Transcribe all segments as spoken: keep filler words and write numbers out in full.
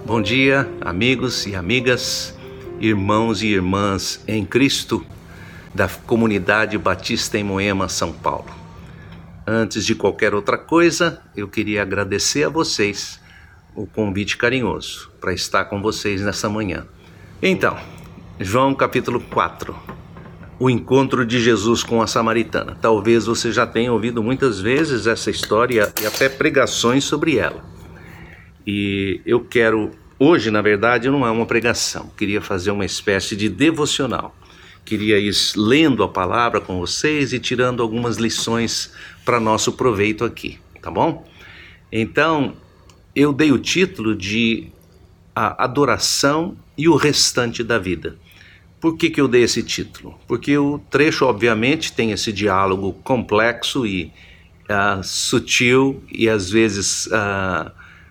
Bom dia, amigos e amigas, irmãos e irmãs em Cristo da Comunidade Batista em Moema, São Paulo. Antes de qualquer outra coisa, eu queria agradecer a vocês o convite carinhoso para estar com vocês nessa manhã. Então, João capítulo quatro, o encontro de Jesus com a samaritana. Talvez você já tenha ouvido muitas vezes essa história e até pregações sobre ela. E eu quero, hoje na verdade não é uma pregação, queria fazer uma espécie de devocional. Queria ir lendo a palavra com vocês e tirando algumas lições para nosso proveito aqui, tá bom? Então, eu dei o título de A Adoração e o Restante da Vida. Por que que eu dei esse título? Porque o trecho, obviamente, tem esse diálogo complexo e uh, sutil e às vezes, uh,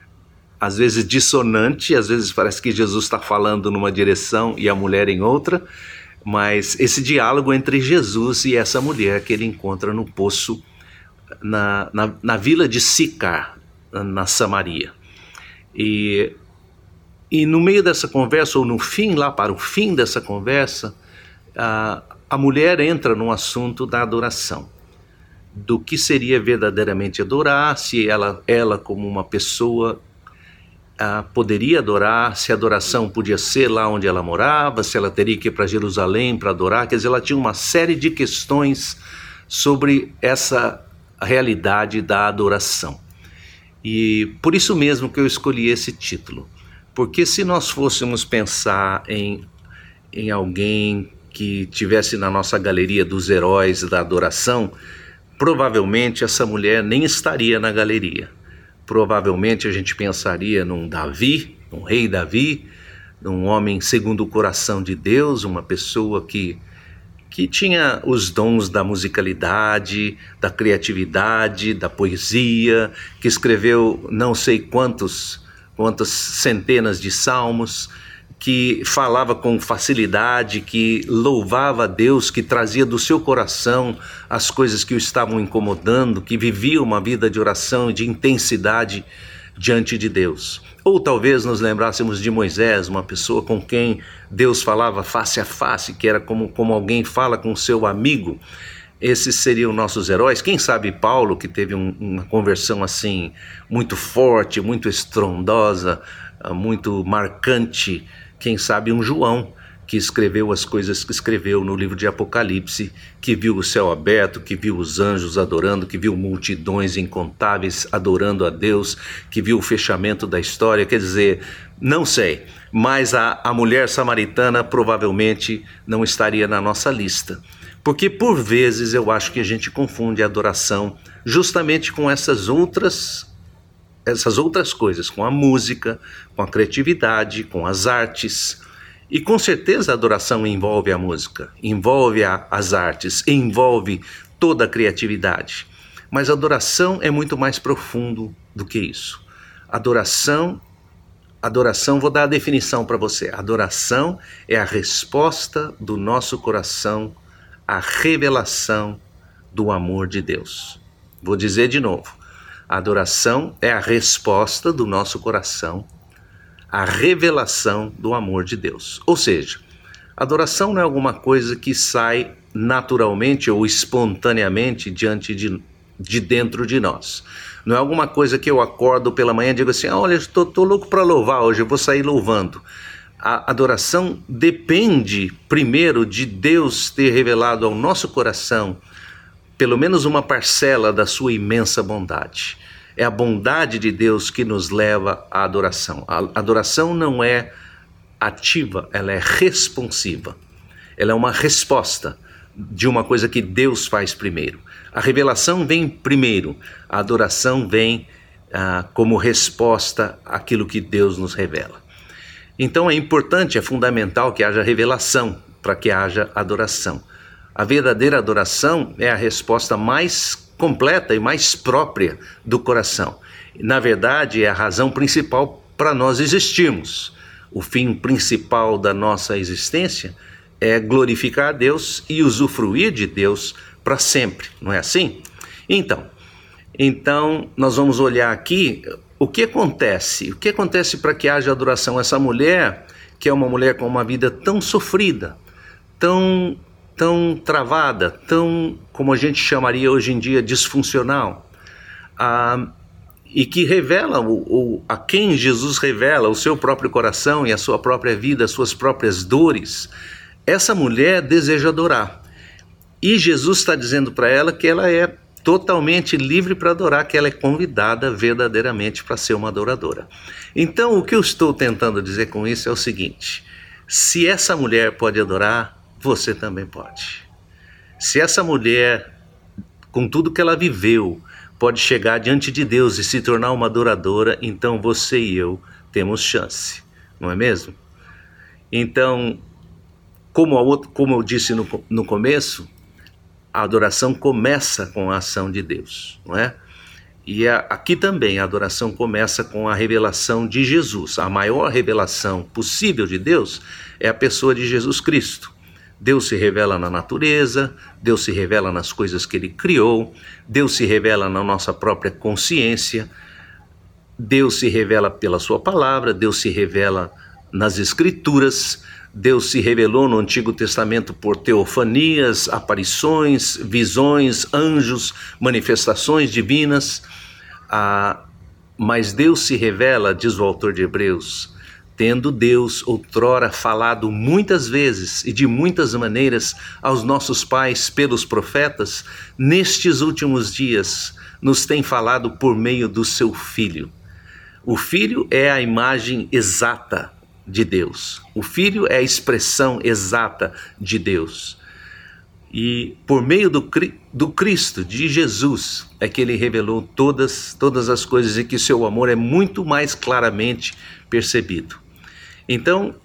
às vezes dissonante, às vezes parece que Jesus está falando numa direção e a mulher em outra, mas esse diálogo entre Jesus e essa mulher que ele encontra no poço, na, na, na vila de Sicar, na Samaria. E, e no meio dessa conversa, ou no fim, lá para o fim dessa conversa, a, a mulher entra no assunto da adoração. Do que seria verdadeiramente adorar, se ela, ela como uma pessoa a, poderia adorar, se a adoração podia ser lá onde ela morava, se ela teria que ir para Jerusalém para adorar. Quer dizer, ela tinha uma série de questões sobre essa realidade da adoração. E por isso mesmo que eu escolhi esse título, porque se nós fôssemos pensar em, em alguém que tivesse na nossa galeria dos heróis da adoração, provavelmente essa mulher nem estaria na galeria. Provavelmente a gente pensaria num Davi, um rei Davi, um homem segundo o coração de Deus, uma pessoa que que tinha os dons da musicalidade, da criatividade, da poesia, que escreveu não sei quantos, quantas centenas de salmos, que falava com facilidade, que louvava a Deus, que trazia do seu coração as coisas que o estavam incomodando, que vivia uma vida de oração e de intensidade diante de Deus. Ou talvez nos lembrássemos de Moisés, uma pessoa com quem Deus falava face a face, que era como, como alguém fala com seu amigo. Esses seriam nossos heróis. Quem sabe Paulo, que teve um, uma conversão assim muito forte, muito estrondosa, muito marcante. Quem sabe um João, que escreveu as coisas que escreveu no livro de Apocalipse, que viu o céu aberto, que viu os anjos adorando, que viu multidões incontáveis adorando a Deus, que viu o fechamento da história. Quer dizer, não sei, mas a, a mulher samaritana provavelmente não estaria na nossa lista, porque por vezes eu acho que a gente confunde a adoração justamente com essas outras essas outras coisas, com a música, com a criatividade, com as artes. E com certeza a adoração envolve a música, envolve a, as artes, envolve toda a criatividade. Mas a adoração é muito mais profundo do que isso. Adoração, adoração, vou dar a definição para você. Adoração é a resposta do nosso coração à revelação do amor de Deus. Vou dizer de novo. A adoração é a resposta do nosso coração à revelação do amor de Deus. Ou seja, adoração não é alguma coisa que sai naturalmente ou espontaneamente diante de, de dentro de nós. Não é alguma coisa que eu acordo pela manhã e digo assim, ah, olha, estou louco para louvar hoje, eu vou sair louvando. A adoração depende primeiro de Deus ter revelado ao nosso coração pelo menos uma parcela da sua imensa bondade. É a bondade de Deus que nos leva à adoração. A adoração não é ativa, ela é responsiva. Ela é uma resposta de uma coisa que Deus faz primeiro. A revelação vem primeiro, a adoração vem ah, como resposta àquilo que Deus nos revela. Então é importante, é fundamental que haja revelação para que haja adoração. A verdadeira adoração é a resposta mais completa e mais própria do coração. Na verdade, é a razão principal para nós existirmos. O fim principal da nossa existência é glorificar a Deus e usufruir de Deus para sempre, não é assim? Então, então nós vamos olhar aqui o que acontece? O que acontece para que haja adoração? Essa mulher, que é uma mulher com uma vida tão sofrida, tão, tão travada, tão, como a gente chamaria hoje em dia, disfuncional, ah, e que revela o, o, a quem Jesus revela o seu próprio coração e a sua própria vida, as suas próprias dores. Essa mulher deseja adorar, e Jesus está dizendo para ela que ela é totalmente livre para adorar, que ela é convidada verdadeiramente para ser uma adoradora. Então, o que eu estou tentando dizer com isso é o seguinte: se essa mulher pode adorar, você também pode. Se essa mulher, com tudo que ela viveu, pode chegar diante de Deus e se tornar uma adoradora, então você e eu temos chance, não é mesmo? Então, como, a outra, como eu disse no, no começo, a adoração começa com a ação de Deus, não é? E a, aqui também a adoração começa com a revelação de Jesus. A maior revelação possível de Deus é a pessoa de Jesus Cristo. Deus se revela na natureza, Deus se revela nas coisas que Ele criou, Deus se revela na nossa própria consciência, Deus se revela pela sua palavra, Deus se revela nas Escrituras. Deus se revelou no Antigo Testamento por teofanias, aparições, visões, anjos, manifestações divinas. Ah, mas Deus se revela, diz o autor de Hebreus, tendo Deus outrora falado muitas vezes e de muitas maneiras aos nossos pais pelos profetas, nestes últimos dias nos tem falado por meio do seu Filho. O Filho é a imagem exata de Deus. O Filho é a expressão exata de Deus. E por meio do, do Cristo, de Jesus, é que Ele revelou todas, todas as coisas e que seu amor é muito mais claramente percebido. Então,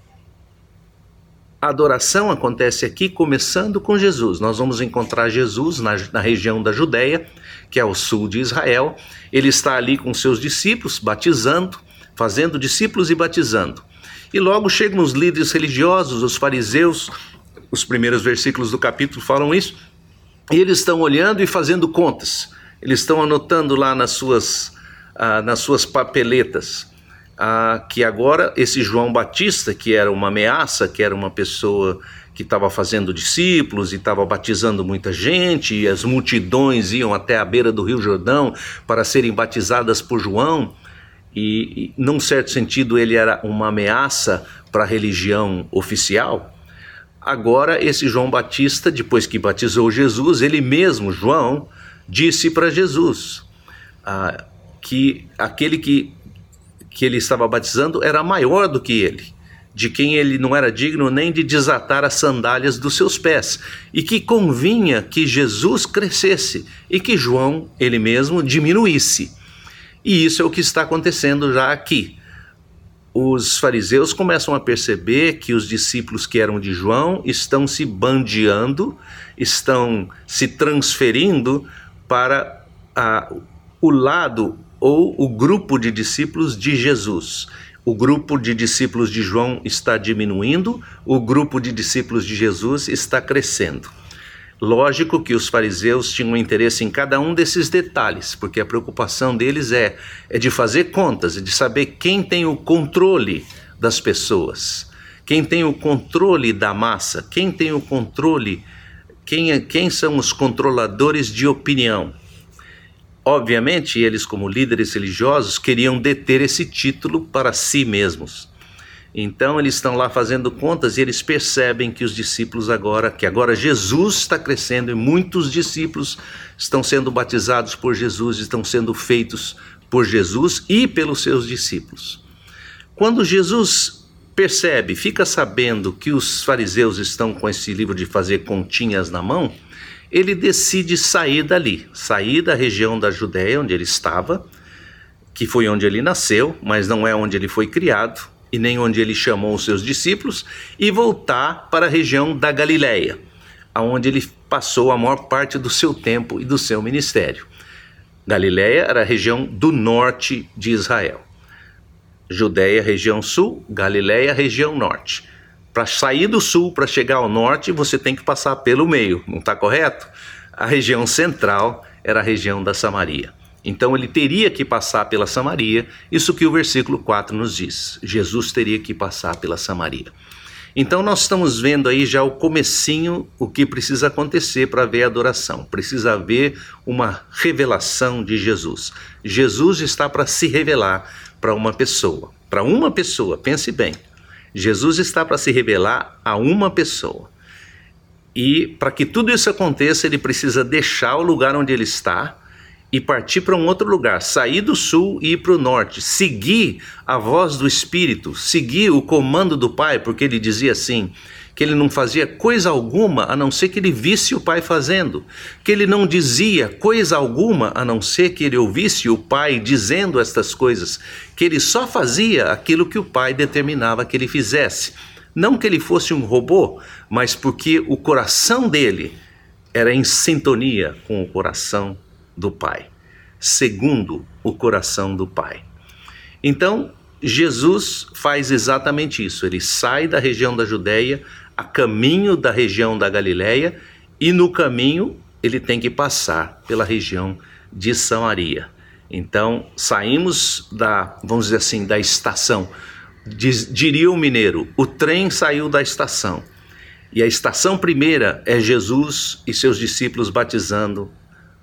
a adoração acontece aqui começando com Jesus. Nós vamos encontrar Jesus na, na região da Judéia, que é o sul de Israel. Ele está ali com seus discípulos, batizando, fazendo discípulos e batizando. E logo chegam os líderes religiosos, os fariseus, os primeiros versículos do capítulo falam isso, e eles estão olhando e fazendo contas, eles estão anotando lá nas suas, ah, nas suas papeletas, ah, que agora esse João Batista, que era uma ameaça, que era uma pessoa que estava fazendo discípulos e estava batizando muita gente, e as multidões iam até a beira do Rio Jordão para serem batizadas por João, e, e num certo sentido ele era uma ameaça para a religião oficial. Agora esse João Batista, depois que batizou Jesus, ele mesmo, João, disse para Jesus ah, que aquele que, que ele estava batizando era maior do que ele, de quem ele não era digno nem de desatar as sandálias dos seus pés, e que convinha que Jesus crescesse e que João, ele mesmo, diminuísse. E isso é o que está acontecendo já aqui. Os fariseus começam a perceber que os discípulos que eram de João estão se bandeando, estão se transferindo para a, o lado ou o grupo de discípulos de Jesus. O grupo de discípulos de João está diminuindo, o grupo de discípulos de Jesus está crescendo. Lógico que os fariseus tinham interesse em cada um desses detalhes, porque a preocupação deles é, é de fazer contas, é de saber quem tem o controle das pessoas, quem tem o controle da massa, quem tem o controle, quem, é, quem são os controladores de opinião. Obviamente, eles como líderes religiosos queriam deter esse título para si mesmos. Então eles estão lá fazendo contas e eles percebem que os discípulos agora, que agora Jesus está crescendo e muitos discípulos estão sendo batizados por Jesus, estão sendo feitos por Jesus e pelos seus discípulos. Quando Jesus percebe, fica sabendo que os fariseus estão com esse livro de fazer continhas na mão, ele decide sair dali, sair da região da Judéia onde ele estava, que foi onde ele nasceu, mas não é onde ele foi criado, e nem onde ele chamou os seus discípulos, e voltar para a região da Galileia, onde ele passou a maior parte do seu tempo e do seu ministério. Galileia era a região do norte de Israel. Judéia, região sul, Galileia, região norte. Para sair do sul, para chegar ao norte, você tem que passar pelo meio, não está correto? A região central era a região da Samaria. Então ele teria que passar pela Samaria, isso que o versículo quatro nos diz. Jesus teria que passar pela Samaria. Então nós estamos vendo aí já o comecinho, o que precisa acontecer para ver a adoração. Precisa haver uma revelação de Jesus. Jesus está para se revelar para uma pessoa. Para uma pessoa, pense bem. Jesus está para se revelar a uma pessoa. E para que tudo isso aconteça, ele precisa deixar o lugar onde ele está e partir para um outro lugar, sair do sul e ir para o norte, seguir a voz do Espírito, seguir o comando do Pai, porque ele dizia assim, que ele não fazia coisa alguma a não ser que ele visse o Pai fazendo, que ele não dizia coisa alguma a não ser que ele ouvisse o Pai dizendo estas coisas, que ele só fazia aquilo que o Pai determinava que ele fizesse. Não que ele fosse um robô, mas porque o coração dele era em sintonia com o coração do Pai, segundo o coração do Pai. Então, Jesus faz exatamente isso. Ele sai da região da Judéia, a caminho da região da Galileia, e no caminho ele tem que passar pela região de Samaria. Então, saímos da, vamos dizer assim, da estação. Diz, diria o mineiro, o trem saiu da estação. E a estação primeira é Jesus e seus discípulos batizando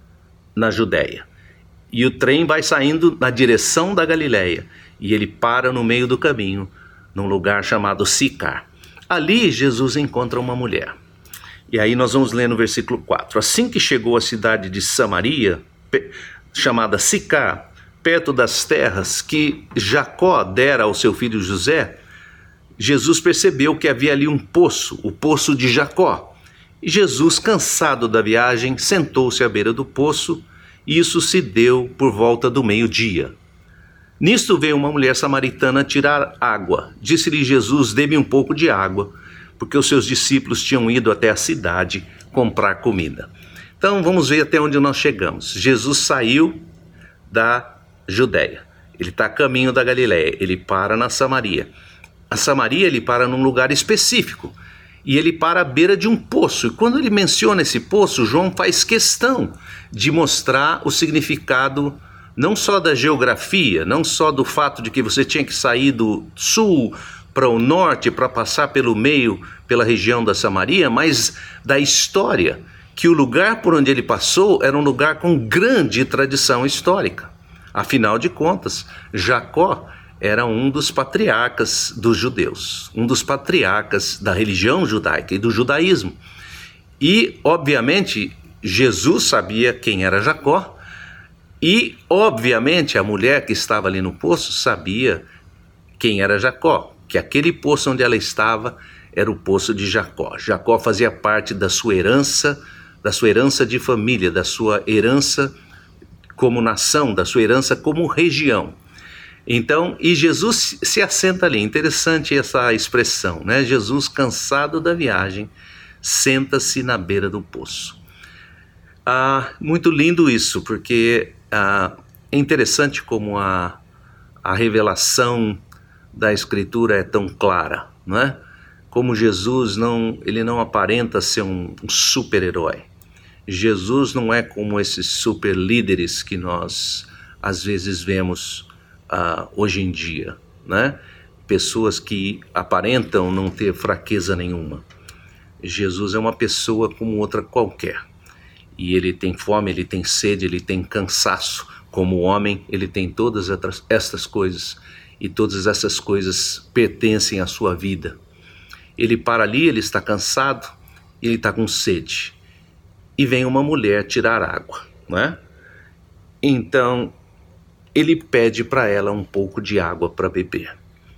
na Judéia. E o trem vai saindo na direção da Galileia. E ele para no meio do caminho, num lugar chamado Sicar. Ali Jesus encontra uma mulher. E aí nós vamos ler no versículo quatro. Assim que chegou à cidade de Samaria, chamada Sicar, perto das terras que Jacó dera ao seu filho José, Jesus percebeu que havia ali um poço, o poço de Jacó. E Jesus, cansado da viagem, sentou-se à beira do poço, e isso se deu por volta do meio-dia. Nisto veio uma mulher samaritana tirar água. Disse-lhe Jesus, dê-me um pouco de água, porque os seus discípulos tinham ido até a cidade comprar comida. Então vamos ver até onde nós chegamos. Jesus saiu da Judéia, ele está a caminho da Galileia, ele para na Samaria. A Samaria ele para num lugar específico, e ele para à beira de um poço, e quando ele menciona esse poço, João faz questão de mostrar o significado não só da geografia, não só do fato de que você tinha que sair do sul para o norte para passar pelo meio, pela região da Samaria, mas da história, que o lugar por onde ele passou era um lugar com grande tradição histórica. Afinal de contas, Jacó era um dos patriarcas dos judeus, um dos patriarcas da religião judaica e do judaísmo. E, obviamente, Jesus sabia quem era Jacó e, obviamente, a mulher que estava ali no poço sabia quem era Jacó, que aquele poço onde ela estava era o poço de Jacó. Jacó fazia parte da sua herança, da sua herança de família, da sua herança como nação, da sua herança como região. Então, e Jesus se assenta ali. Interessante essa expressão, né? Jesus, cansado da viagem, senta-se na beira do poço. Ah, muito lindo isso, porque ah, é interessante como a, a revelação da Escritura é tão clara, não é? Como Jesus não, ele não aparenta ser um, um super-herói. Jesus não é como esses super líderes que nós às vezes vemos uh, hoje em dia, né? Pessoas que aparentam não ter fraqueza nenhuma. Jesus é uma pessoa como outra qualquer. E ele tem fome, ele tem sede, ele tem cansaço. Como homem, ele tem todas estas coisas. E todas essas coisas pertencem à sua vida. Ele para ali, ele está cansado, ele está com sede. E vem uma mulher tirar água, né? Então, ele pede para ela um pouco de água para beber.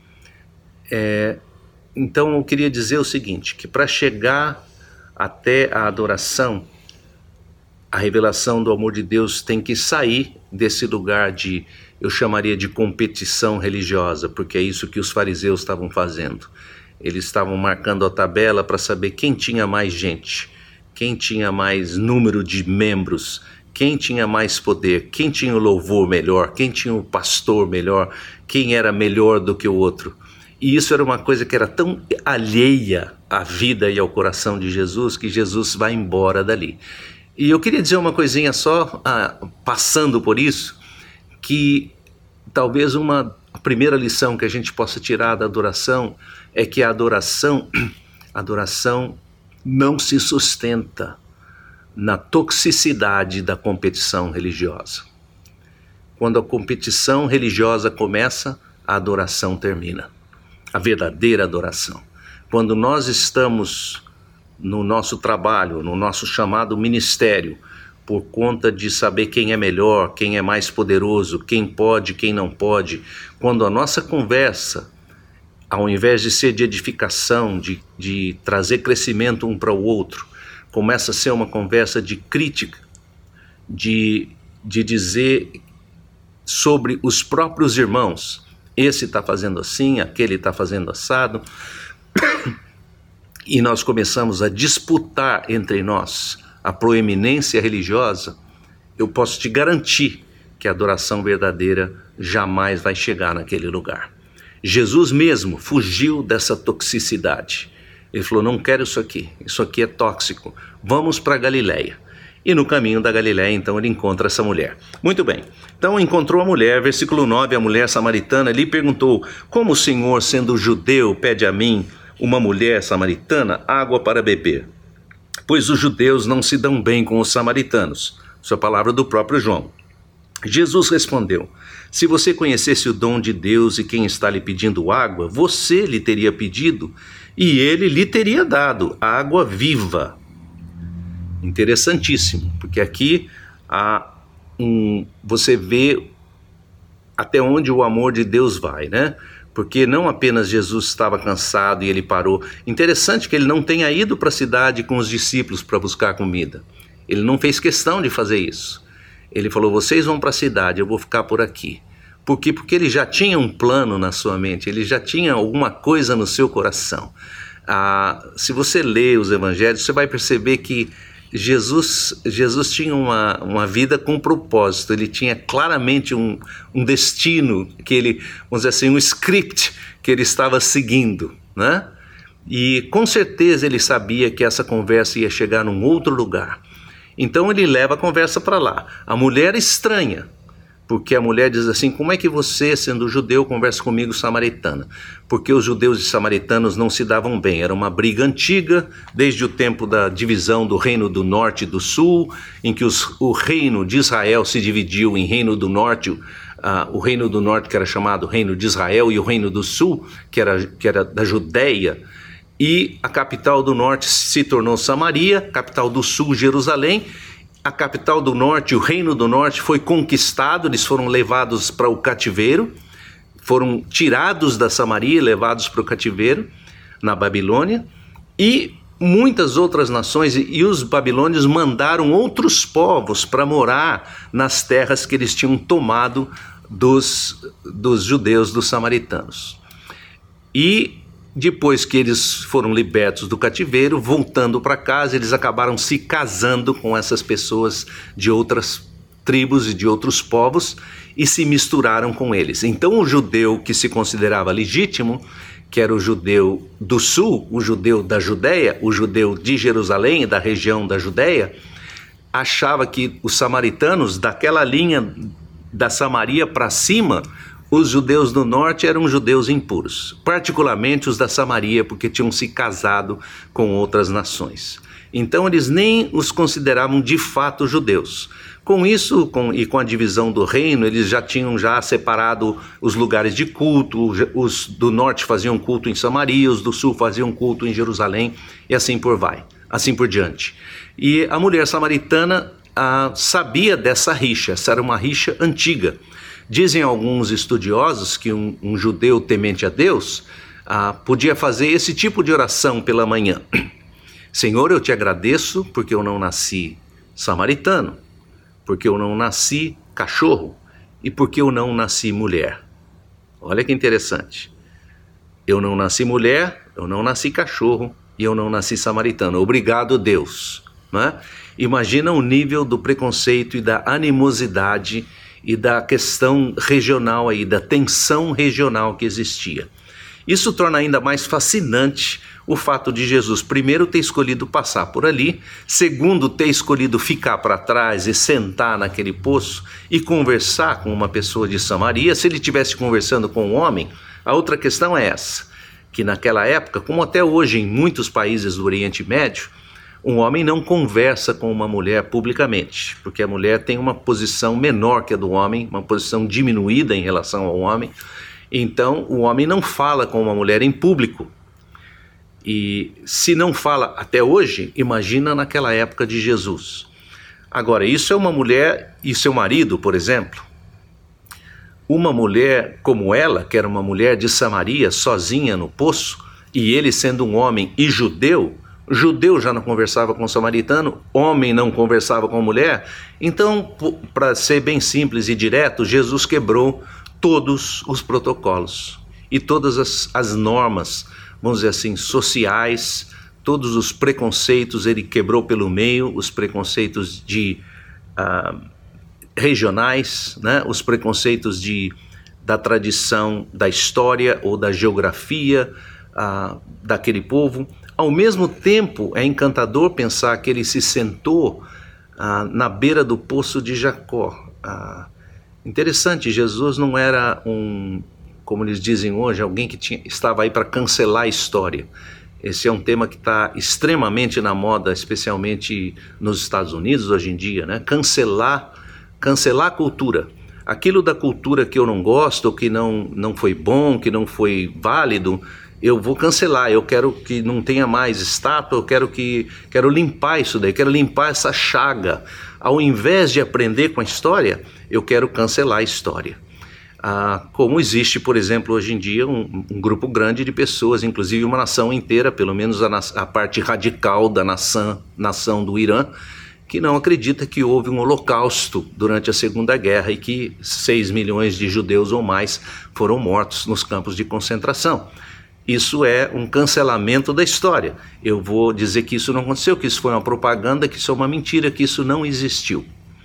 É, então, eu queria dizer o seguinte, que para chegar até a adoração, a revelação do amor de Deus tem que sair desse lugar de, eu chamaria de competição religiosa, porque é isso que os fariseus estavam fazendo. Eles estavam marcando a tabela para saber quem tinha mais gente, quem tinha mais número de membros, quem tinha mais poder, quem tinha o louvor melhor, quem tinha o pastor melhor, quem era melhor do que o outro. E isso era uma coisa que era tão alheia à vida e ao coração de Jesus, que Jesus vai embora dali. E eu queria dizer uma coisinha só, ah, passando por isso, que talvez uma a primeira lição que a gente possa tirar da adoração é que a adoração, a adoração não se sustenta na toxicidade da competição religiosa. Quando a competição religiosa começa, a adoração termina. A verdadeira adoração. Quando nós estamos no nosso trabalho, no nosso chamado ministério, por conta de saber quem é melhor, quem é mais poderoso, quem pode, quem não pode, quando a nossa conversa, ao invés de ser de edificação, de, de trazer crescimento um para o outro, começa a ser uma conversa de crítica, de, de dizer sobre os próprios irmãos, esse está fazendo assim, aquele está fazendo assado, e nós começamos a disputar entre nós a proeminência religiosa, eu posso te garantir que a adoração verdadeira jamais vai chegar naquele lugar. Jesus mesmo fugiu dessa toxicidade. Ele falou, não quero isso aqui, isso aqui é tóxico, vamos para Galileia. E no caminho da Galileia, então, ele encontra essa mulher. Muito bem, então encontrou a mulher, versículo nove, a mulher samaritana lhe perguntou, como o Senhor, sendo judeu, pede a mim, uma mulher samaritana, água para beber? Pois os judeus não se dão bem com os samaritanos. Isso é a palavra do próprio João. Jesus respondeu, se você conhecesse o dom de Deus e quem está lhe pedindo água, você lhe teria pedido e ele lhe teria dado água viva. Interessantíssimo, porque aqui há um, você vê até onde o amor de Deus vai, né? Porque não apenas Jesus estava cansado e ele parou. Interessante que ele não tenha ido para a cidade com os discípulos para buscar comida. Ele não fez questão de fazer isso. Ele falou, vocês vão para a cidade, eu vou ficar por aqui. Por quê? Porque ele já tinha um plano na sua mente, ele já tinha alguma coisa no seu coração. Ah, se você lê os evangelhos, você vai perceber que Jesus, Jesus tinha uma, uma vida com propósito, ele tinha claramente um, um destino, que ele, vamos dizer assim, um script que ele estava seguindo, né? E com certeza ele sabia que essa conversa ia chegar num outro lugar. Então ele leva a conversa para lá. A mulher estranha, porque a mulher diz assim, como é que você, sendo judeu, conversa comigo samaritana? Porque os judeus e samaritanos não se davam bem, era uma briga antiga, desde o tempo da divisão do reino do norte e do sul, em que os, o reino de Israel se dividiu em reino do norte, uh, o reino do norte que era chamado reino de Israel, e o reino do sul, que era, que era da Judéia, e a capital do norte se tornou Samaria, capital do sul, Jerusalém. A capital do norte, o reino do norte, foi conquistado, eles foram levados para o cativeiro, foram tirados da Samaria e levados para o cativeiro na Babilônia, e muitas outras nações, e os babilônios mandaram outros povos para morar nas terras que eles tinham tomado dos, dos judeus, dos samaritanos. E depois que eles foram libertos do cativeiro, voltando para casa, eles acabaram se casando com essas pessoas de outras tribos e de outros povos e se misturaram com eles. Então o judeu que se considerava legítimo, que era o judeu do sul, o judeu da Judéia, o judeu de Jerusalém, da região da Judéia, achava que os samaritanos, daquela linha da Samaria para cima, os judeus do norte eram judeus impuros, particularmente os da Samaria, porque tinham se casado com outras nações. Então eles nem os consideravam de fato judeus. Com isso com, e com a divisão do reino, eles já tinham já separado os lugares de culto, os do norte faziam culto em Samaria, os do sul faziam culto em Jerusalém, e assim por vai, assim por diante. E a mulher samaritana ah, sabia dessa rixa, essa era uma rixa antiga. Dizem alguns estudiosos que um, um judeu temente a Deus ah, podia fazer esse tipo de oração pela manhã. Senhor, eu te agradeço porque eu não nasci samaritano, porque eu não nasci cachorro e porque eu não nasci mulher. Olha que interessante. Eu não nasci mulher, eu não nasci cachorro e eu não nasci samaritano. Obrigado, Deus. Não é? Imagina o nível do preconceito e da animosidade e da questão regional aí, da tensão regional que existia. Isso torna ainda mais fascinante o fato de Jesus, primeiro, ter escolhido passar por ali, segundo, ter escolhido ficar para trás e sentar naquele poço e conversar com uma pessoa de Samaria. Se ele estivesse conversando com um homem, a outra questão é essa, que naquela época, como até hoje em muitos países do Oriente Médio, um homem não conversa com uma mulher publicamente, porque a mulher tem uma posição menor que a do homem, uma posição diminuída em relação ao homem. Então o homem não fala com uma mulher em público. E se não fala até hoje, imagina naquela época de Jesus. Agora, isso é uma mulher e seu marido, por exemplo. Uma mulher como ela, que era uma mulher de Samaria, sozinha no poço, e ele sendo um homem e judeu, judeu já não conversava com o samaritano, homem não conversava com mulher. Então, para ser bem simples e direto, Jesus quebrou todos os protocolos e todas as, as normas, vamos dizer assim, sociais, todos os preconceitos ele quebrou pelo meio, os preconceitos de uh, regionais, né? Os preconceitos de, da tradição, da história ou da geografia uh, daquele povo. Ao mesmo tempo, é encantador pensar que ele se sentou uh, na beira do poço de Jacó. Uh, interessante, Jesus não era um, como eles dizem hoje, alguém que tinha, estava aí para cancelar a história. Esse é um tema que está extremamente na moda, especialmente nos Estados Unidos hoje em dia, né? Cancelar, cancelar a cultura. Aquilo da cultura que eu não gosto, que não, não foi bom, que não foi válido, eu vou cancelar. Eu quero que não tenha mais estátua, eu quero, que, quero limpar isso daí, quero limpar essa chaga. Ao invés de aprender com a história, eu quero cancelar a história. Ah, como existe, por exemplo, hoje em dia um, um grupo grande de pessoas, inclusive uma nação inteira, pelo menos a, a parte radical da nação, nação do Irã, que não acredita que houve um holocausto durante a Segunda Guerra e que seis milhões de judeus ou mais foram mortos nos campos de concentração. Isso é um cancelamento da história. Eu vou dizer que isso não aconteceu, que isso foi uma propaganda, que isso é uma mentira, que isso não existiu.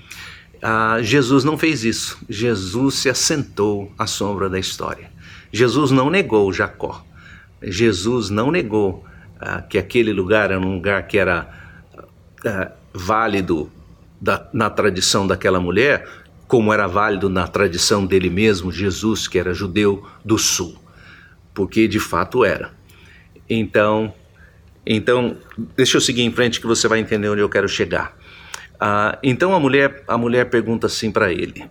Ah, Jesus não fez isso. Jesus se assentou à sombra da história. Jesus não negou Jacó. Jesus não negou ah, que aquele lugar era um lugar que era ah, válido da, na tradição daquela mulher, como era válido na tradição dele mesmo, Jesus, que era judeu do sul. Porque de fato era. Então, então, deixa eu seguir em frente que você vai entender onde eu quero chegar. Ah, então a mulher, a mulher pergunta assim para ele.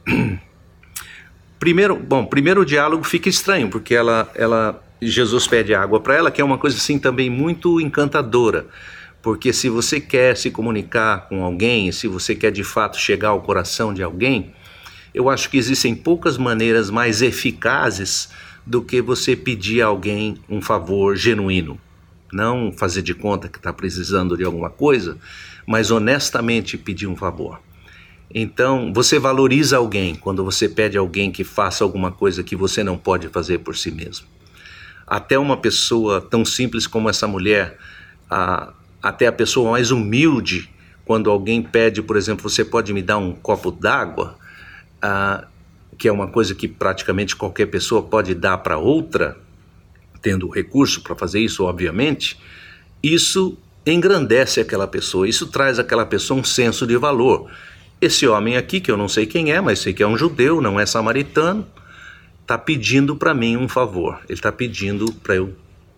Primeiro, bom, primeiro o diálogo fica estranho, porque ela, ela, Jesus pede água para ela, que é uma coisa assim também muito encantadora, porque se você quer se comunicar com alguém, se você quer de fato chegar ao coração de alguém, eu acho que existem poucas maneiras mais eficazes do que você pedir a alguém um favor genuíno. Não fazer de conta que está precisando de alguma coisa, mas honestamente pedir um favor. Então, você valoriza alguém quando você pede a alguém que faça alguma coisa que você não pode fazer por si mesmo. Até uma pessoa tão simples como essa mulher, a, até a pessoa mais humilde, quando alguém pede, por exemplo, você pode me dar um copo d'água, a, que é uma coisa que praticamente qualquer pessoa pode dar para outra, tendo o recurso para fazer isso, obviamente, isso engrandece aquela pessoa, isso traz àquela pessoa um senso de valor. Esse homem aqui, que eu não sei quem é, mas sei que é um judeu, não é samaritano, está pedindo para mim um favor. Ele está pedindo para eu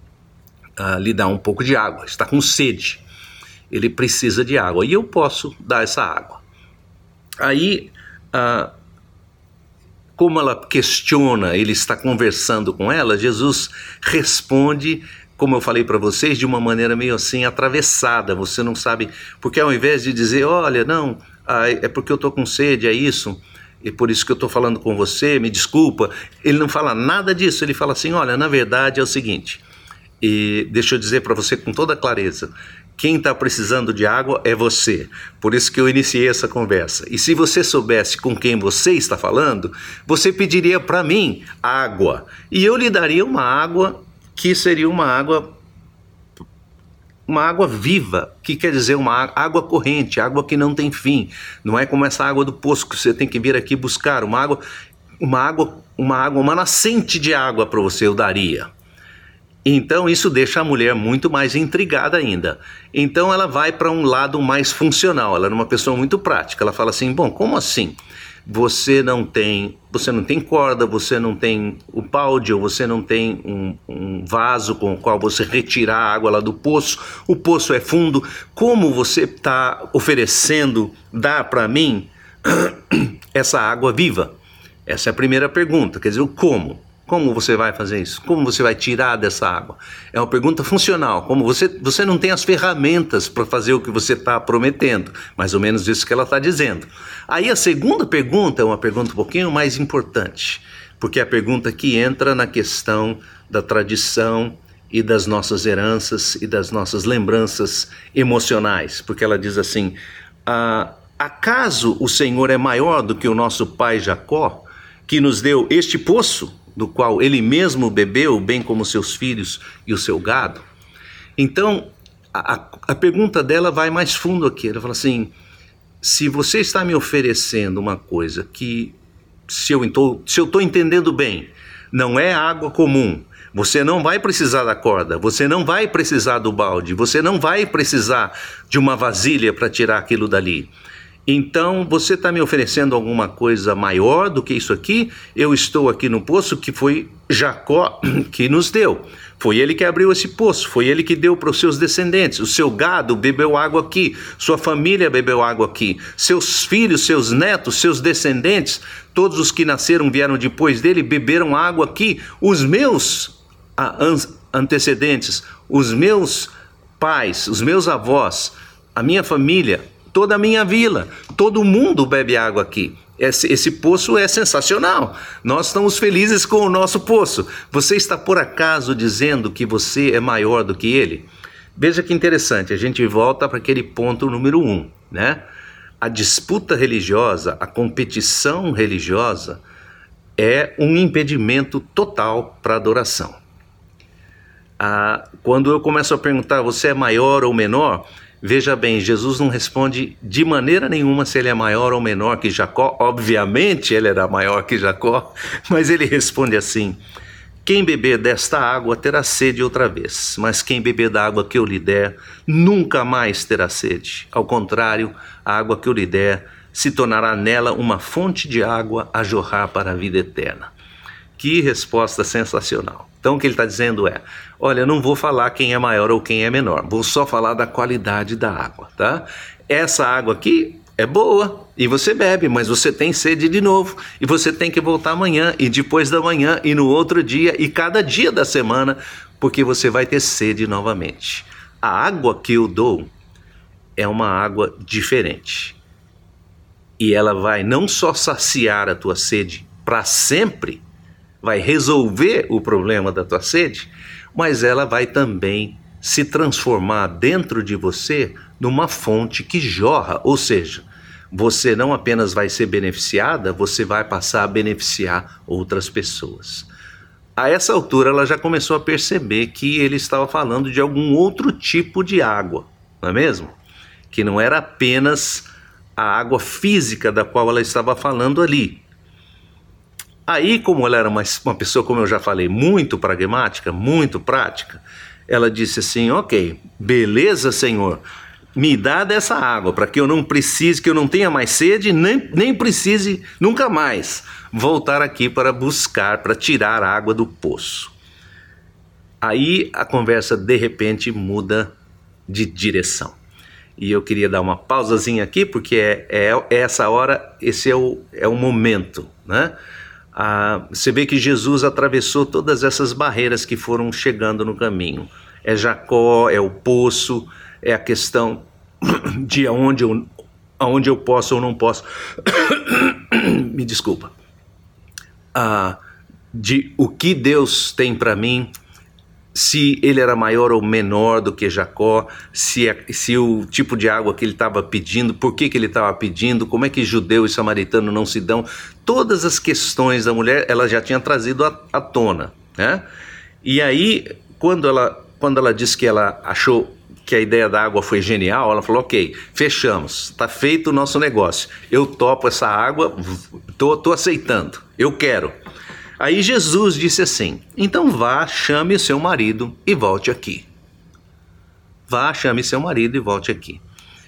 uh, lhe dar um pouco de água, está com sede, ele precisa de água, e eu posso dar essa água. Aí, uh, como ela questiona, ele está conversando com ela, Jesus responde, como eu falei para vocês, de uma maneira meio assim atravessada. Você não sabe, porque ao invés de dizer, olha, não, ah, é porque eu estou com sede, é isso, e por isso que eu estou falando com você, me desculpa, ele não fala nada disso. Ele fala assim, olha, na verdade é o seguinte, e deixa eu dizer para você com toda clareza, quem está precisando de água é você, por isso que eu iniciei essa conversa. E se você soubesse com quem você está falando, você pediria para mim água, e eu lhe daria uma água que seria uma água, uma água viva, que quer dizer uma água corrente, água que não tem fim. Não é como essa água do poço que você tem que vir aqui buscar, uma água, uma água, uma água, uma nascente de água para você eu daria. Então isso deixa a mulher muito mais intrigada ainda. Então ela vai para um lado mais funcional, ela é uma pessoa muito prática. Ela fala assim, bom, como assim? Você não tem, você não tem corda, você não tem o balde, ou você não tem um, um vaso com o qual você retirar a água lá do poço, o poço é fundo, como você está oferecendo, dar para mim essa água viva? Essa é a primeira pergunta, quer dizer, o como? Como você vai fazer isso? Como você vai tirar dessa água? É uma pergunta funcional, como você, você não tem as ferramentas para fazer o que você está prometendo, mais ou menos isso que ela está dizendo. Aí a segunda pergunta é uma pergunta um pouquinho mais importante, porque é a pergunta que entra na questão da tradição e das nossas heranças e das nossas lembranças emocionais, porque ela diz assim, ah, acaso o Senhor é maior do que o nosso pai Jacó, que nos deu este poço, do qual ele mesmo bebeu, bem como seus filhos e o seu gado? Então, a, a pergunta dela vai mais fundo aqui. Ela fala assim, se você está me oferecendo uma coisa que, se eu estou entendendo bem, não é água comum, você não vai precisar da corda, você não vai precisar do balde, você não vai precisar de uma vasilha para tirar aquilo dali. Então você está me oferecendo alguma coisa maior do que isso aqui? Eu estou aqui no poço que foi Jacó que nos deu. Foi ele que abriu esse poço, foi ele que deu para os seus descendentes. O seu gado bebeu água aqui, sua família bebeu água aqui, seus filhos, seus netos, seus descendentes, todos os que nasceram, vieram depois dele, beberam água aqui. Os meus antecedentes, os meus pais, os meus avós, a minha família, toda a minha vila, todo mundo bebe água aqui. Esse, esse poço é sensacional. Nós estamos felizes com o nosso poço. Você está por acaso dizendo que você é maior do que ele? Veja que interessante, a gente volta para aquele ponto número um, né? A disputa religiosa, a competição religiosa é um impedimento total para a adoração. Ah, quando eu começo a perguntar, você é maior ou menor? Veja bem, Jesus não responde de maneira nenhuma se ele é maior ou menor que Jacó. Obviamente ele era maior que Jacó, mas ele responde assim, quem beber desta água terá sede outra vez, mas quem beber da água que eu lhe der, nunca mais terá sede. Ao contrário, a água que eu lhe der se tornará nela uma fonte de água a jorrar para a vida eterna. Que resposta sensacional. Então o que ele está dizendo é, olha, eu não vou falar quem é maior ou quem é menor, vou só falar da qualidade da água, tá? Essa água aqui é boa e você bebe, mas você tem sede de novo e você tem que voltar amanhã e depois da manhã e no outro dia e cada dia da semana, porque você vai ter sede novamente. A água que eu dou é uma água diferente e ela vai não só saciar a tua sede para sempre, vai resolver o problema da tua sede, mas ela vai também se transformar dentro de você numa fonte que jorra, ou seja, você não apenas vai ser beneficiada, você vai passar a beneficiar outras pessoas. A essa altura ela já começou a perceber que ele estava falando de algum outro tipo de água, não é mesmo? Que não era apenas a água física da qual ela estava falando ali. Aí, como ela era uma, uma pessoa, como eu já falei, muito pragmática, muito prática, ela disse assim, ok, beleza, Senhor, me dá dessa água, para que eu não precise, que eu não tenha mais sede, nem, nem precise nunca mais voltar aqui para buscar, para tirar a água do poço. Aí a conversa, de repente, muda de direção. E eu queria dar uma pausazinha aqui, porque é, é, é essa hora, esse é o, é o momento, né? Ah, você vê que Jesus atravessou todas essas barreiras que foram chegando no caminho. É Jacó, é o poço, é a questão de aonde eu, aonde eu posso ou não posso. Me desculpa. Ah, de o que Deus tem para mim, se ele era maior ou menor do que Jacó, se, se o tipo de água que ele estava pedindo, por que, que ele estava pedindo, como é que judeu e samaritano não se dão, todas as questões da mulher ela já tinha trazido à, à tona, né? E aí, quando ela, quando ela disse que ela achou que a ideia da água foi genial, ela falou, ok, fechamos, está feito o nosso negócio, eu topo essa água, tô, tô aceitando, eu quero. Aí Jesus disse assim: então vá, chame o seu marido e volte aqui. Vá, chame seu marido e volte aqui.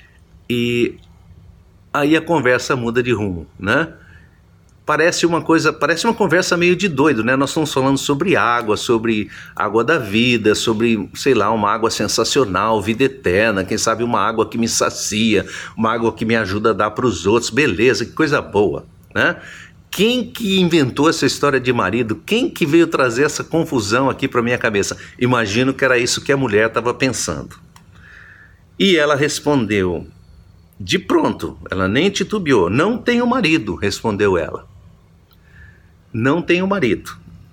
E aí a conversa muda de rumo, né? Parece uma coisa, parece uma conversa meio de doido, né? Nós estamos falando sobre água, sobre água da vida, sobre, sei lá, uma água sensacional, vida eterna, quem sabe uma água que me sacia, uma água que me ajuda a dar para os outros, beleza, que coisa boa, né? Quem que inventou essa história de marido? Quem que veio trazer essa confusão aqui para minha cabeça? Imagino que era isso que a mulher estava pensando. E ela respondeu, de pronto, ela nem titubeou: não tenho marido, respondeu ela. Não tenho marido.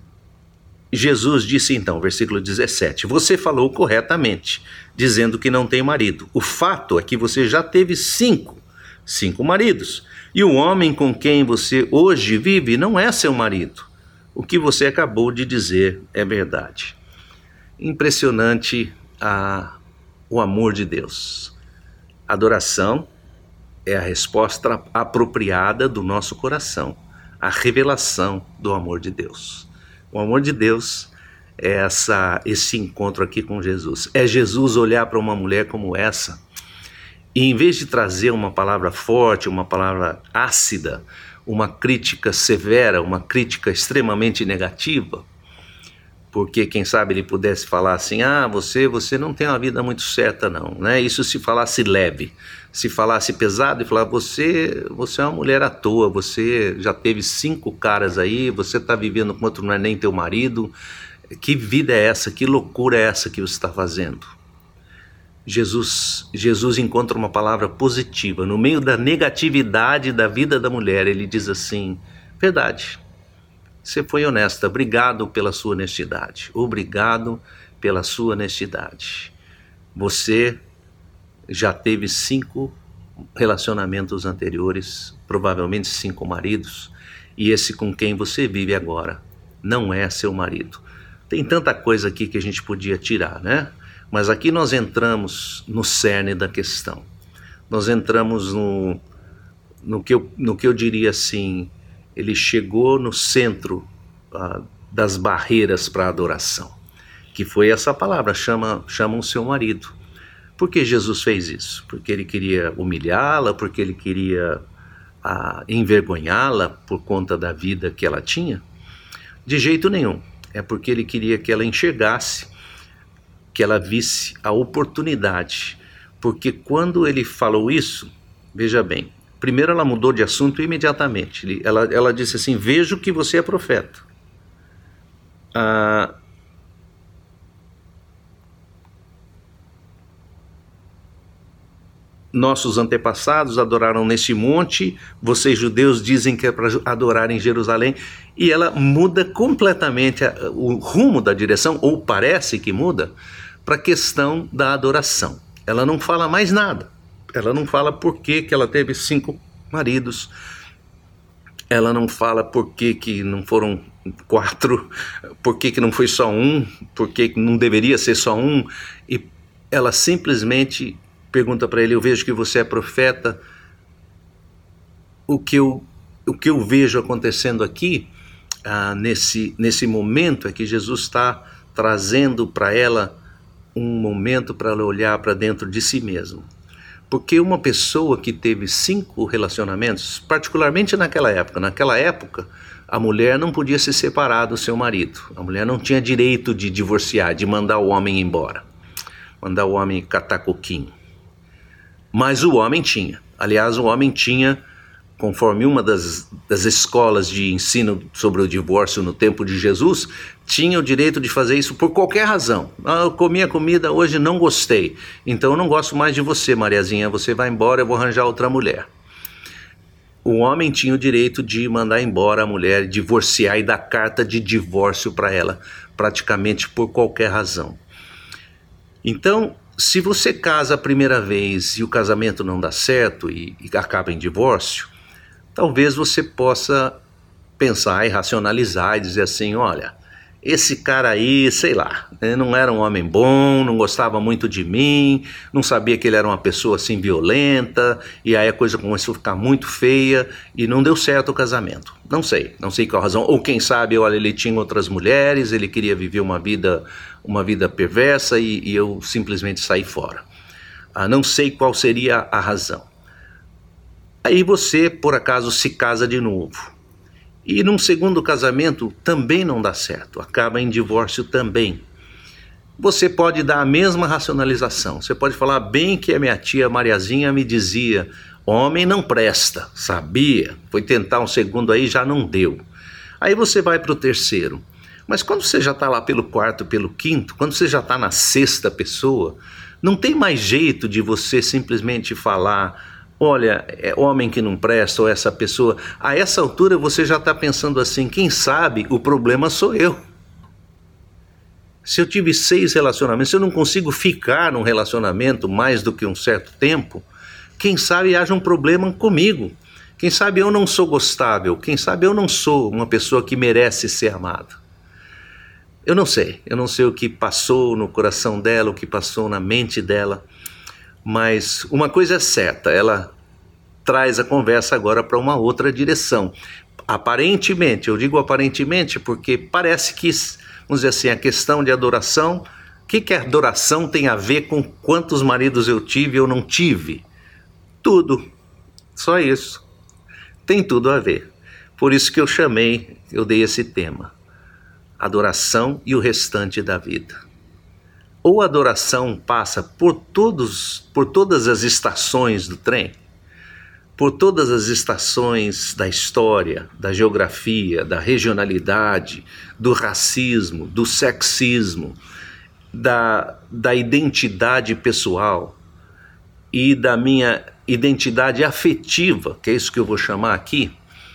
Jesus disse então, versículo dezessete, você falou corretamente, dizendo que não tem marido. O fato é que você já teve cinco, cinco maridos. E o homem com quem você hoje vive não é seu marido. O que você acabou de dizer é verdade. Impressionante a, o amor de Deus. Adoração é a resposta apropriada do nosso coração, a revelação do amor de Deus. O amor de Deus é essa, esse encontro aqui com Jesus. É Jesus olhar para uma mulher como essa e, em vez de trazer uma palavra forte, uma palavra ácida, uma crítica severa, uma crítica extremamente negativa, porque quem sabe ele pudesse falar assim: ah, você, você não tem uma vida muito certa não, né? Isso se falasse leve. Se falasse pesado e falar, você, você é uma mulher à toa, você já teve cinco caras aí, você está vivendo com outro, não é nem teu marido, que vida é essa, que loucura é essa que você está fazendo? Jesus, Jesus encontra uma palavra positiva, no meio da negatividade da vida da mulher, ele diz assim: verdade, você foi honesta, obrigado pela sua honestidade, obrigado pela sua honestidade, você já teve cinco relacionamentos anteriores, provavelmente cinco maridos, e esse com quem você vive agora não é seu marido. Tem tanta coisa aqui que a gente podia tirar, né? Mas aqui nós entramos no cerne da questão. Nós entramos no, no, que, eu, no que eu diria assim, ele chegou no centro ah, das barreiras para a adoração, que foi essa palavra, chama, chama o seu marido. Por que Jesus fez isso? Porque ele queria humilhá-la, porque ele queria ah, envergonhá-la por conta da vida que ela tinha? De jeito nenhum. É porque ele queria que ela enxergasse, que ela visse a oportunidade. Porque quando ele falou isso, veja bem, primeiro ela mudou de assunto imediatamente. Ele, ela, ela disse assim: vejo que você é profeta. Ah, nossos antepassados adoraram neste monte, vocês judeus dizem que é para adorar em Jerusalém, e ela muda completamente a, o rumo da direção, ou parece que muda, para a questão da adoração. Ela não fala mais nada, ela não fala por que que ela teve cinco maridos, ela não fala por que que não foram quatro, por que que não foi só um, por que que não deveria ser só um, e ela simplesmente pergunta para ele: eu vejo que você é profeta. O que eu, o que eu vejo acontecendo aqui, ah, nesse, nesse momento, é que Jesus está trazendo para ela um momento para ela olhar para dentro de si mesmo. Porque uma pessoa que teve cinco relacionamentos, particularmente naquela época, naquela época, a mulher não podia se separar do seu marido. A mulher não tinha direito de divorciar, de mandar o homem embora, mandar o homem catar coquinho. Mas o homem tinha. Aliás, o homem tinha, conforme uma das, das escolas de ensino sobre o divórcio no tempo de Jesus, tinha o direito de fazer isso por qualquer razão. Ah, eu comi a comida hoje, não gostei, então eu não gosto mais de você, Mariazinha, você vai embora, eu vou arranjar outra mulher. O homem tinha o direito de mandar embora a mulher, divorciar e dar carta de divórcio para ela, praticamente por qualquer razão. Então, se você casa a primeira vez e o casamento não dá certo e, e acaba em divórcio, talvez você possa pensar e racionalizar e dizer assim: olha, esse cara aí, sei lá, ele não era um homem bom, não gostava muito de mim, não sabia que ele era uma pessoa assim violenta, e aí a coisa começou a ficar muito feia e não deu certo o casamento. Não sei, não sei qual razão, ou quem sabe, olha, ele tinha outras mulheres, ele queria viver uma vida, uma vida perversa e, e eu simplesmente saí fora. Ah, não sei qual seria a razão. Aí você, por acaso, se casa de novo. E num segundo casamento também não dá certo, acaba em divórcio também. Você pode dar a mesma racionalização, você pode falar bem que a minha tia Mariazinha me dizia, homem não presta, sabia, foi tentar um segundo aí, já não deu. Aí você vai para o terceiro, mas quando você já está lá pelo quarto, pelo quinto, quando você já está na sexta pessoa, não tem mais jeito de você simplesmente falar, olha, é homem que não presta, ou essa pessoa, a essa altura você já está pensando assim, quem sabe o problema sou eu. Se eu tive seis relacionamentos, se eu não consigo ficar num relacionamento mais do que um certo tempo, quem sabe haja um problema comigo. Quem sabe eu não sou gostável, quem sabe eu não sou uma pessoa que merece ser amada. Eu não sei, eu não sei o que passou no coração dela, o que passou na mente dela, mas uma coisa é certa, ela traz a conversa agora para uma outra direção. Aparentemente, eu digo aparentemente porque parece que, vamos dizer assim, a questão de adoração, o que, que a adoração tem a ver com quantos maridos eu tive ou não tive? Tudo, só isso, tem tudo a ver. Por isso que eu chamei, eu dei esse tema, adoração e o restante da vida. Ou a adoração passa por, todos, por todas as estações do trem, por todas as estações da história, da geografia, da regionalidade, do racismo, do sexismo, da, da identidade pessoal e da minha identidade afetiva, que é isso que eu vou chamar aqui.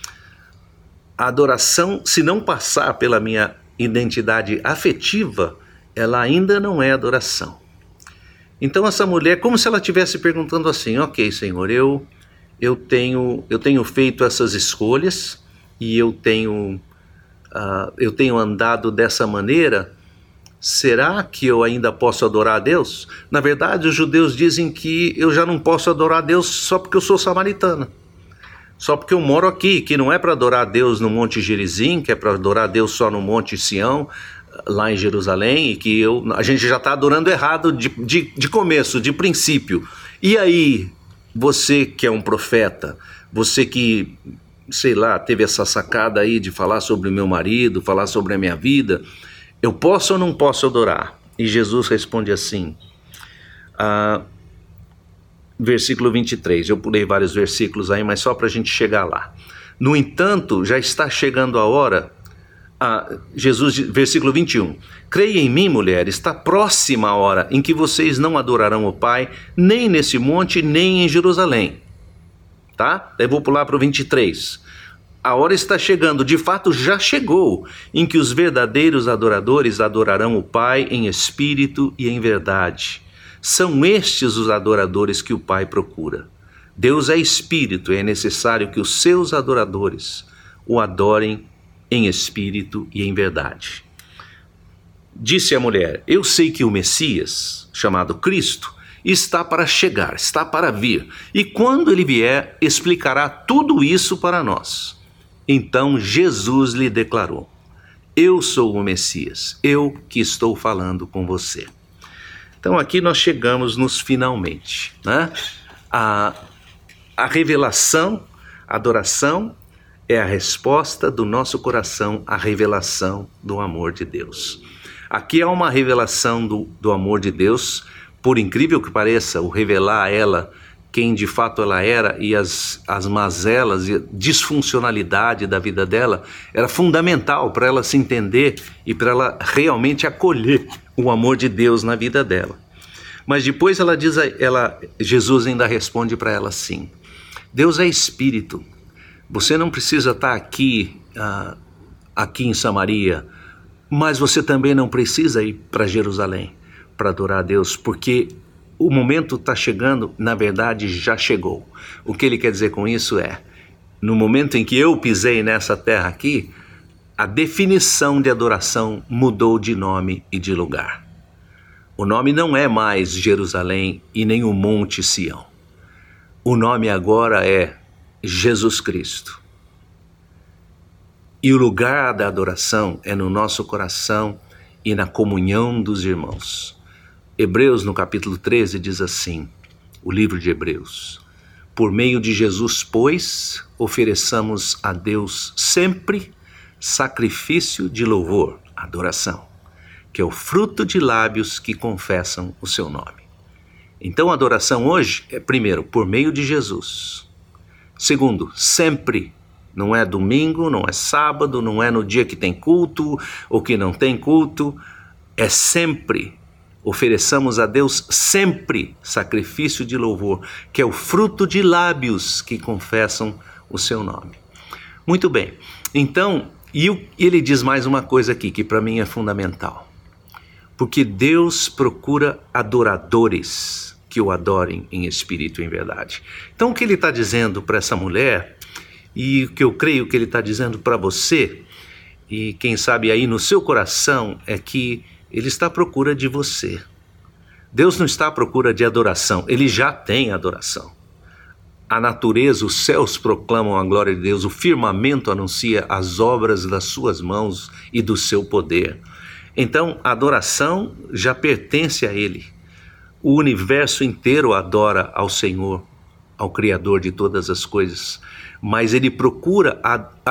A adoração, se não passar pela minha identidade afetiva, ela ainda não é adoração. Então essa mulher, como se ela estivesse perguntando assim, ok, Senhor, eu, eu, tenho, eu tenho feito essas escolhas e eu tenho, uh, eu tenho andado dessa maneira, será que eu ainda posso adorar a Deus? Na verdade, os judeus dizem que eu já não posso adorar a Deus só porque eu sou samaritana. Só porque eu moro aqui, que não é para adorar a Deus no Monte Gerizim, que é para adorar a Deus só no Monte Sião, lá em Jerusalém, e que eu, a gente já está adorando errado de, de, de começo, de princípio. E aí, você que é um profeta, você que, sei lá, teve essa sacada aí de falar sobre o meu marido, falar sobre a minha vida, eu posso ou não posso adorar? E Jesus responde assim, ah, versículo vinte e três, eu pulei vários versículos aí, mas só para a gente chegar lá. No entanto, já está chegando a hora, ah, Jesus, versículo vinte e um, creia em mim, mulher, está próxima a hora em que vocês não adorarão o Pai, nem nesse monte, nem em Jerusalém. Tá? Eu vou pular para o vinte e três. A hora está chegando, de fato já chegou, em que os verdadeiros adoradores adorarão o Pai em espírito e em verdade. São estes os adoradores que o Pai procura. Deus é espírito e é necessário que os seus adoradores o adorem em espírito e em verdade. Disse a mulher, eu sei que o Messias, chamado Cristo, está para chegar, está para vir, e quando ele vier, explicará tudo isso para nós. Então Jesus lhe declarou, eu sou o Messias, eu que estou falando com você. Então aqui nós chegamos nos finalmente, né? A, a revelação, a adoração é a resposta do nosso coração à revelação do amor de Deus. Aqui há uma revelação do, do amor de Deus, por incrível que pareça, o revelar a ela quem de fato ela era e as, as mazelas e a disfuncionalidade da vida dela era fundamental para ela se entender e para ela realmente acolher o amor de Deus na vida dela. Mas depois ela diz, ela, Jesus ainda responde para ela assim, Deus é espírito, você não precisa estar aqui, uh, aqui em Samaria, mas você também não precisa ir para Jerusalém para adorar a Deus, porque o momento está chegando, na verdade já chegou. O que ele quer dizer com isso é, no momento em que eu pisei nessa terra aqui, a definição de adoração mudou de nome e de lugar. O nome não é mais Jerusalém e nem o Monte Sião. O nome agora é Jesus Cristo. E o lugar da adoração é no nosso coração e na comunhão dos irmãos. Hebreus, no capítulo treze, diz assim, o livro de Hebreus: por meio de Jesus, pois, ofereçamos a Deus sempre sacrifício de louvor, adoração, que é o fruto de lábios que confessam o seu nome. Então a adoração hoje é, primeiro, por meio de Jesus. Segundo, sempre. Não é domingo, não é sábado, não é no dia que tem culto ou que não tem culto. É sempre. Ofereçamos a Deus sempre sacrifício de louvor, que é o fruto de lábios que confessam o seu nome. Muito bem. Então, e ele diz mais uma coisa aqui que para mim é fundamental. Porque Deus procura adoradores que o adorem em espírito e em verdade. Então o que ele está dizendo para essa mulher, e o que eu creio que ele está dizendo para você, e quem sabe aí no seu coração, é que ele está à procura de você. Deus não está à procura de adoração, ele já tem adoração. A natureza, os céus proclamam a glória de Deus, o firmamento anuncia as obras das suas mãos e do seu poder. Então, a adoração já pertence a Ele. O universo inteiro adora ao Senhor, ao Criador de todas as coisas. Mas Ele procura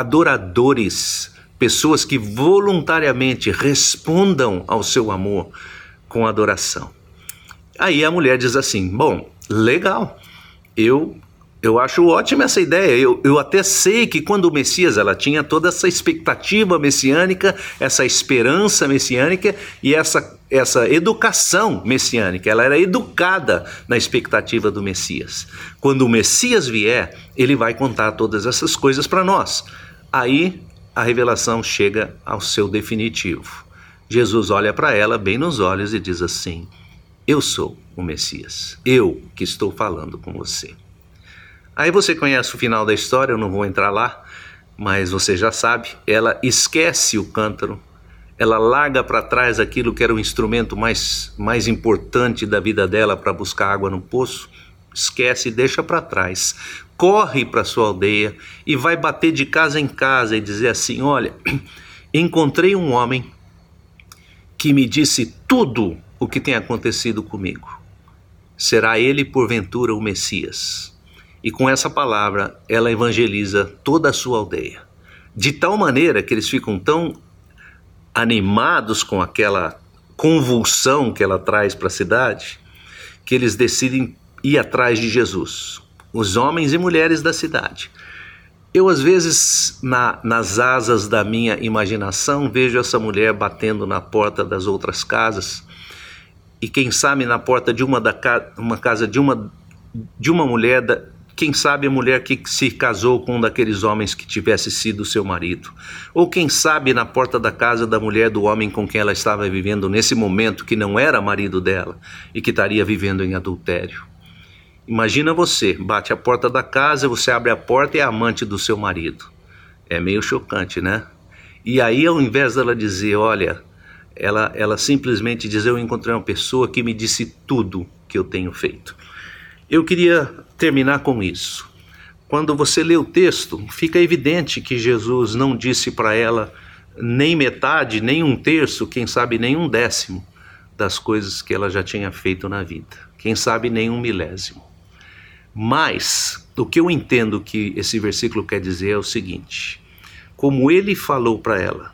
adoradores, pessoas que voluntariamente respondam ao seu amor com adoração. Aí a mulher diz assim, bom, legal, eu... Eu acho ótima essa ideia, eu, eu até sei que quando o Messias, ela tinha toda essa expectativa messiânica, essa esperança messiânica e essa, essa educação messiânica, ela era educada na expectativa do Messias. Quando o Messias vier, ele vai contar todas essas coisas para nós. Aí a revelação chega ao seu definitivo. Jesus olha para ela bem nos olhos e diz assim, eu sou o Messias, eu que estou falando com você. Aí você conhece o final da história, eu não vou entrar lá, mas você já sabe, ela esquece o cântaro, ela larga para trás aquilo que era o instrumento mais, mais importante da vida dela para buscar água no poço, esquece e deixa para trás, corre para sua aldeia e vai bater de casa em casa e dizer assim, olha, encontrei um homem que me disse tudo o que tem acontecido comigo, será ele porventura o Messias? E com essa palavra, ela evangeliza toda a sua aldeia. De tal maneira que eles ficam tão animados com aquela convulsão que ela traz para a cidade, que eles decidem ir atrás de Jesus. Os homens e mulheres da cidade. Eu, às vezes, na, nas asas da minha imaginação, vejo essa mulher batendo na porta das outras casas. E quem sabe na porta de uma, da, uma casa de uma, de uma mulher... Da, Quem sabe a mulher que se casou com um daqueles homens que tivesse sido seu marido. Ou quem sabe na porta da casa da mulher do homem com quem ela estava vivendo nesse momento, que não era marido dela e que estaria vivendo em adultério. Imagina você, bate a porta da casa, você abre a porta e é a amante do seu marido. É meio chocante, né? E aí, ao invés dela dizer, olha, ela, ela simplesmente diz, eu encontrei uma pessoa que me disse tudo que eu tenho feito. Eu queria terminar com isso. Quando você lê o texto, fica evidente que Jesus não disse para ela nem metade, nem um terço, quem sabe nem um décimo das coisas que ela já tinha feito na vida. Quem sabe nem um milésimo. Mas o que eu entendo que esse versículo quer dizer é o seguinte, como ele falou para ela,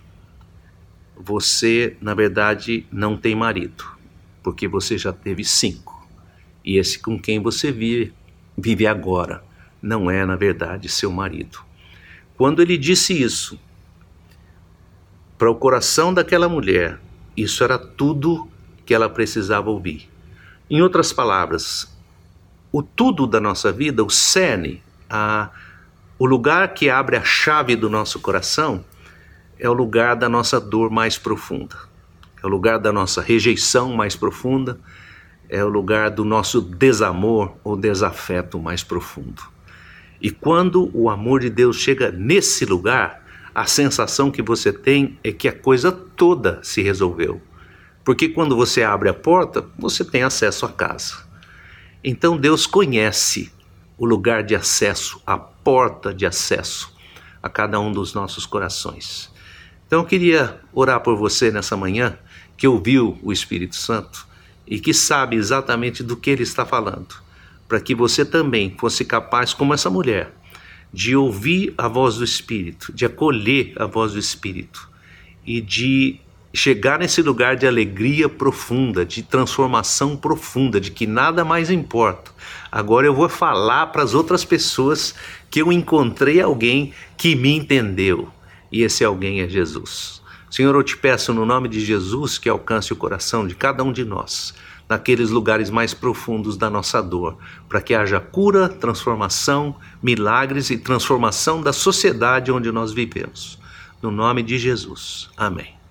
você na verdade não tem marido, porque você já teve cinco. E esse com quem você vive, vive agora não é, na verdade, seu marido. Quando ele disse isso para o coração daquela mulher, isso era tudo que ela precisava ouvir. Em outras palavras, o tudo da nossa vida, o cerne, a, o lugar que abre a chave do nosso coração, é o lugar da nossa dor mais profunda. É o lugar da nossa rejeição mais profunda, é o lugar do nosso desamor ou desafeto mais profundo. E quando o amor de Deus chega nesse lugar, a sensação que você tem é que a coisa toda se resolveu. Porque quando você abre a porta, você tem acesso à casa. Então Deus conhece o lugar de acesso, a porta de acesso a cada um dos nossos corações. Então eu queria orar por você nessa manhã, que ouviu o Espírito Santo e que sabe exatamente do que ele está falando, para que você também fosse capaz, como essa mulher, de ouvir a voz do Espírito, de acolher a voz do Espírito e de chegar nesse lugar de alegria profunda, de transformação profunda, de que nada mais importa. Agora eu vou falar para as outras pessoas que eu encontrei alguém que me entendeu, e esse alguém é Jesus. Senhor, eu te peço no nome de Jesus que alcance o coração de cada um de nós, naqueles lugares mais profundos da nossa dor, para que haja cura, transformação, milagres e transformação da sociedade onde nós vivemos. No nome de Jesus. Amém.